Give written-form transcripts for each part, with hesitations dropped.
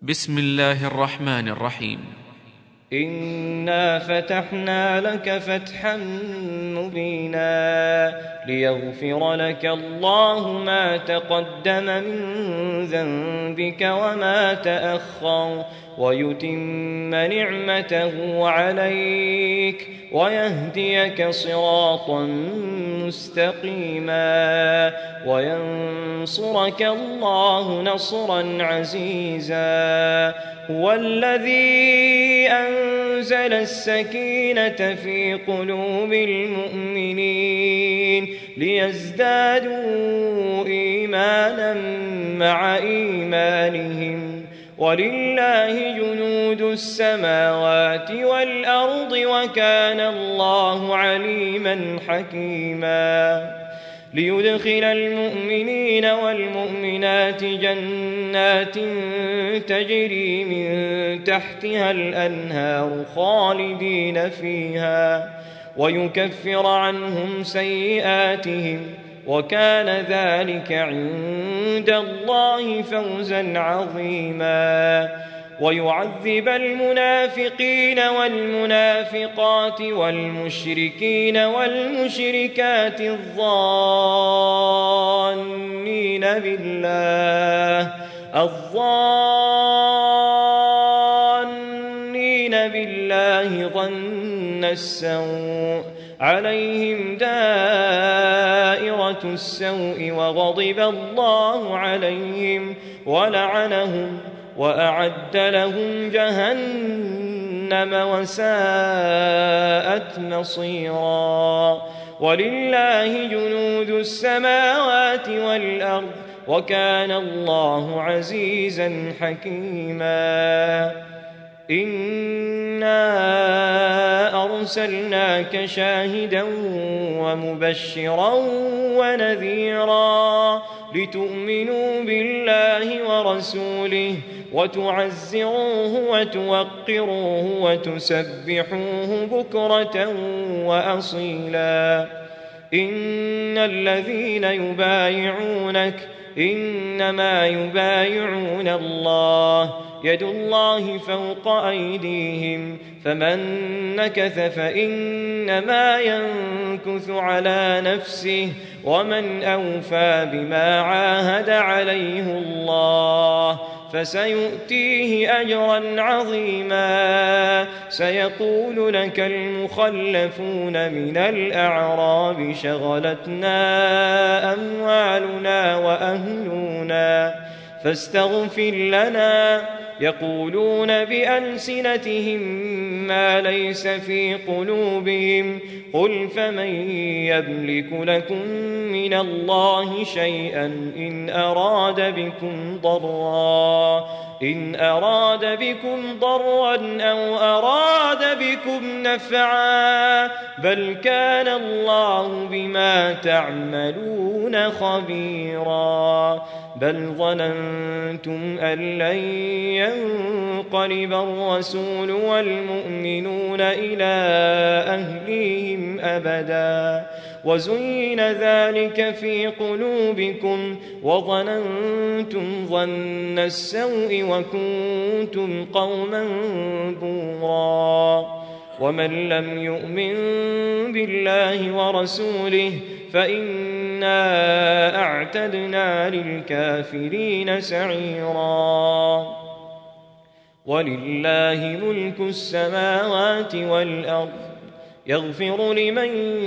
بسم الله الرحمن الرحيم. إنا فتحنا لك فتحا مبينا ليغفر لك الله ما تقدم من ذنبك وما تأخر ويتم نعمته عليك ويهديك صراطا مستقيما وينصرك الله نصرا عزيزا. هو الذي أنزل السكينة في قلوب المؤمنين ليزدادوا إيمانا مع إيمانهم ولله جنود السماوات والأرض وكان الله عليما حكيما. ليدخل المؤمنين والمؤمنات جنات تجري من تحتها الأنهار خالدين فيها ويكفر عنهم سيئاتهم وكان ذلك عند الله فوزا عظيما. ويعذب المنافقين والمنافقات والمشركين والمشركات الظانين بالله ظن السوء عليهم دائرة السوء وغضب الله عليهم ولعنهم وأعد لهم جهنم وساءت مصيرا. ولله جنود السماوات والأرض وكان الله عزيزا حكيما. إنا أرسلناك شاهدا ومبشرا ونذيرا لتؤمنوا بالله ورسوله وتعزروه وتوقروه وتسبحوه بكرة وأصيلا. إن الذين يبايعونك إنما يبايعون الله يد الله فوق أيديهم فمن نكث فإنما ينكث على نفسه ومن أوفى بما عاهد عليه الله فسيؤتيه أجرا عظيما. سيقول لك المخلفون من الأعراب شغلتنا أموالنا وأهلنا فاستغفر لنا يقولون بألسنتهم ما ليس في قلوبهم قل فمن يملك لكم من الله شيئا إن أراد بكم ضرا أو أراد بكم نفعا بل كان الله بما تعملون خبيرا. بل ظننتم أن لن ينقلب الرسول والمؤمنون إلى أهليهم أبدا وزين ذلك في قلوبكم وظننتم ظن السوء وكنتم قوما بورا. ومن لم يؤمن بالله ورسوله فإنا أعتدنا للكافرين سعيرا. ولله ملك السماوات والأرض يغفر لمن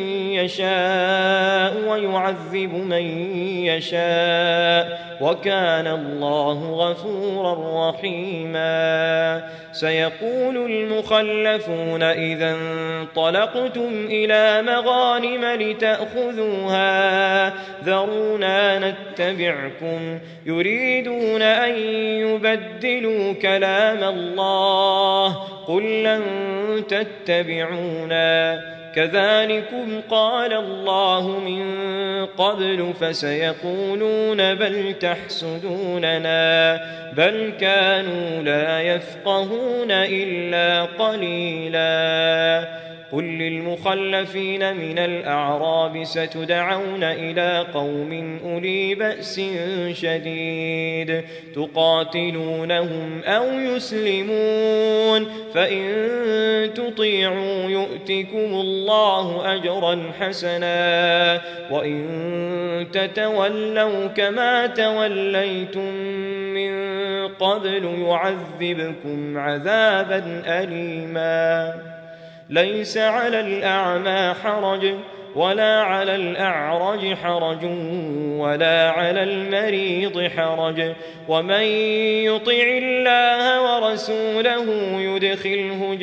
يشاء ويعذب من يشاء وكان الله غفورا رحيما. سيقول المخلفون إذا انطلقتم إلى مغانم لتأخذوها ذرونا نتبعكم يريدون أن يبدلوا كلام الله قل لن تتبعونا كذلكم قال الله من قبل فسيقولون بل تحسدوننا بل كانوا لا يفقهون إلا قليلا. قل للمخلفين من الأعراب ستدعون إلى قوم أولي بأس شديد تقاتلونهم أو يسلمون فإن تطيعوا يؤتكم الله أجرا حسنا وإن تتولوا كما توليتم من قبل يعذبكم عذابا أليما ليس على الأعمى حرج ولا على الأعرج حرج ولا على المريض حرج ومن يطع الله ورسوله يدخله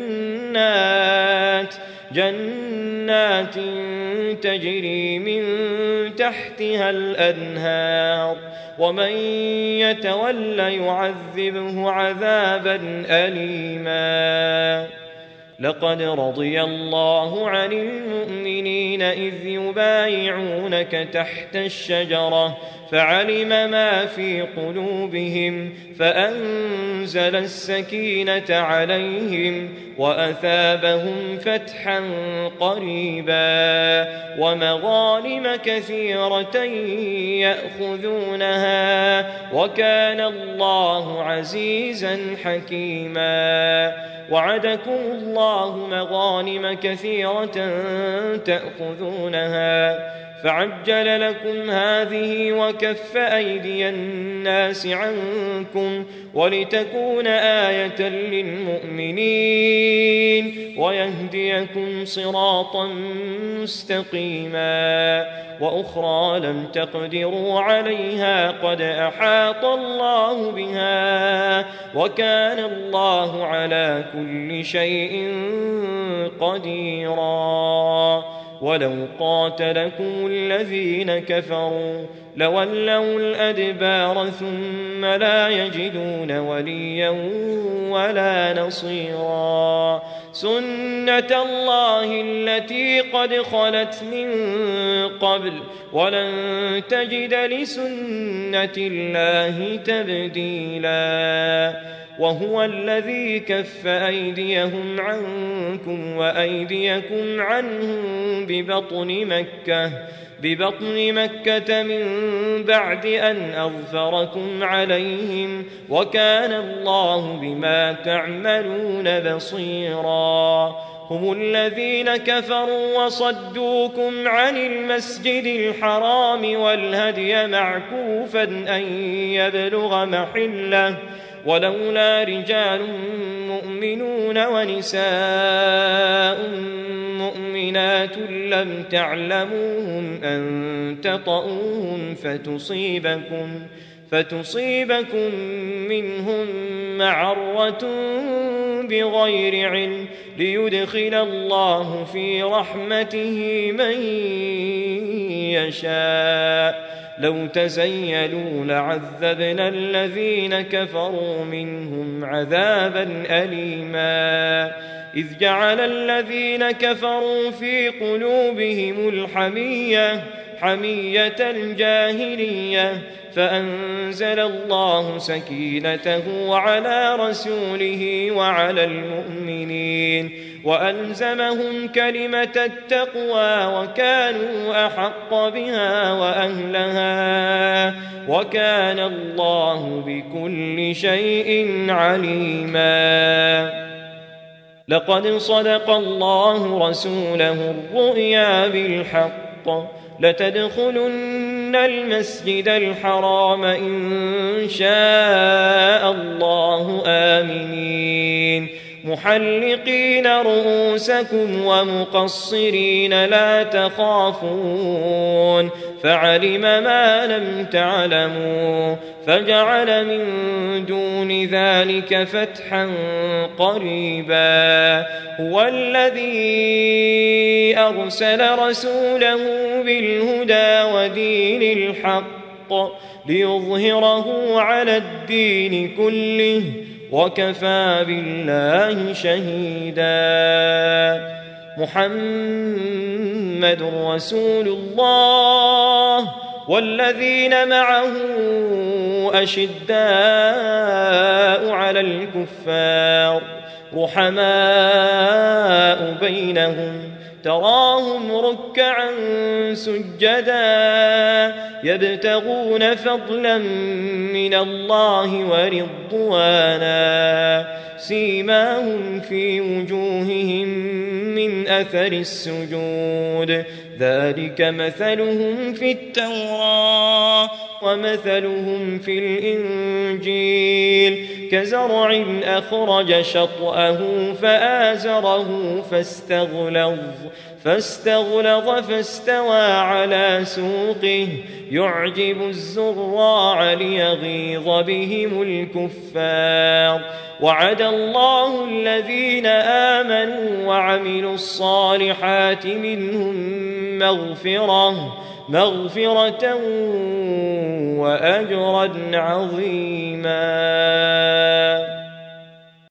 جنات تجري من تحتها الأنهار ومن يتول يعذبه عذابا أليما لقد رضي الله عن المؤمنين إذ يبايعونك تحت الشجرة فعلم ما في قلوبهم فأنزل السكينة عليهم وأثابهم فتحا قريبا ومغانم كثيرة يأخذونها وكان الله عزيزا حكيما وعدكم الله مغانم كثيرة تأخذونها فعجل لكم هذه وكف أيدي الناس عنكم ولتكون آية للمؤمنين ويهديكم صراطا مستقيما وأخرى لم تقدروا عليها قد أحاط الله بها وكان الله على كل شيء قديرا ولو قاتلكم الذين كفروا لولوا الأدبار ثم لا يجدون وليا ولا نصيرا سنة الله التي قد خلت من قبل ولن تجد لسنة الله تبديلا وهو الذي كف أيديهم عنكم وأيديكم عنهم ببطن مكة من بعد أن أظفركم عليهم وكان الله بما تعملون بصيرا هم الذين كفروا وصدوكم عن المسجد الحرام والهدي معكوفا أن يبلغ محله ولولا رجال مؤمنون ونساء مؤمنات لم تعلموهم أن تطؤوهم فتصيبكم منهم معرة بغير علم ليدخل الله في رحمته من يشاء لو تزيلوا لعذبنا الذين كفروا منهم عذابا أليما إذ جعل الذين كفروا في قلوبهم حمية الجاهلية فأنزل الله سكينته على رسوله وعلى المؤمنين وألزمهم كلمة التقوى وكانوا أحق بها وأهلها وكان الله بكل شيء عليما لقد صدق الله رسوله الرؤيا بالحق لتدخلن المسجد الحرام إن شاء الله آمنين محلقين رؤوسكم ومقصرين لا تخافون فعلم ما لم تعلموا فجعل من دون ذلك فتحا قريبا هو الذي أرسل رسوله بالهدى ودين الحق ليظهره على الدين كله وكفى بالله شهيدا محمد رسول الله والذين معه أشداء على الكفار رحماء بينهم تراهم ركعا سجدا يبتغون فضلا من الله ورضوانا سيماهم في وجوههم من أثر السجود ذلك مثلهم في التوراة ومثلهم في الإنجيل كزرع أخرج شطأه فآزره فاستغلظ فاستوى على سوقه يعجب الزراع ليغيظ بهم الكفار وعد الله الذين آمنوا وعملوا الصالحات منهم مغفرة وأجرا عظيما.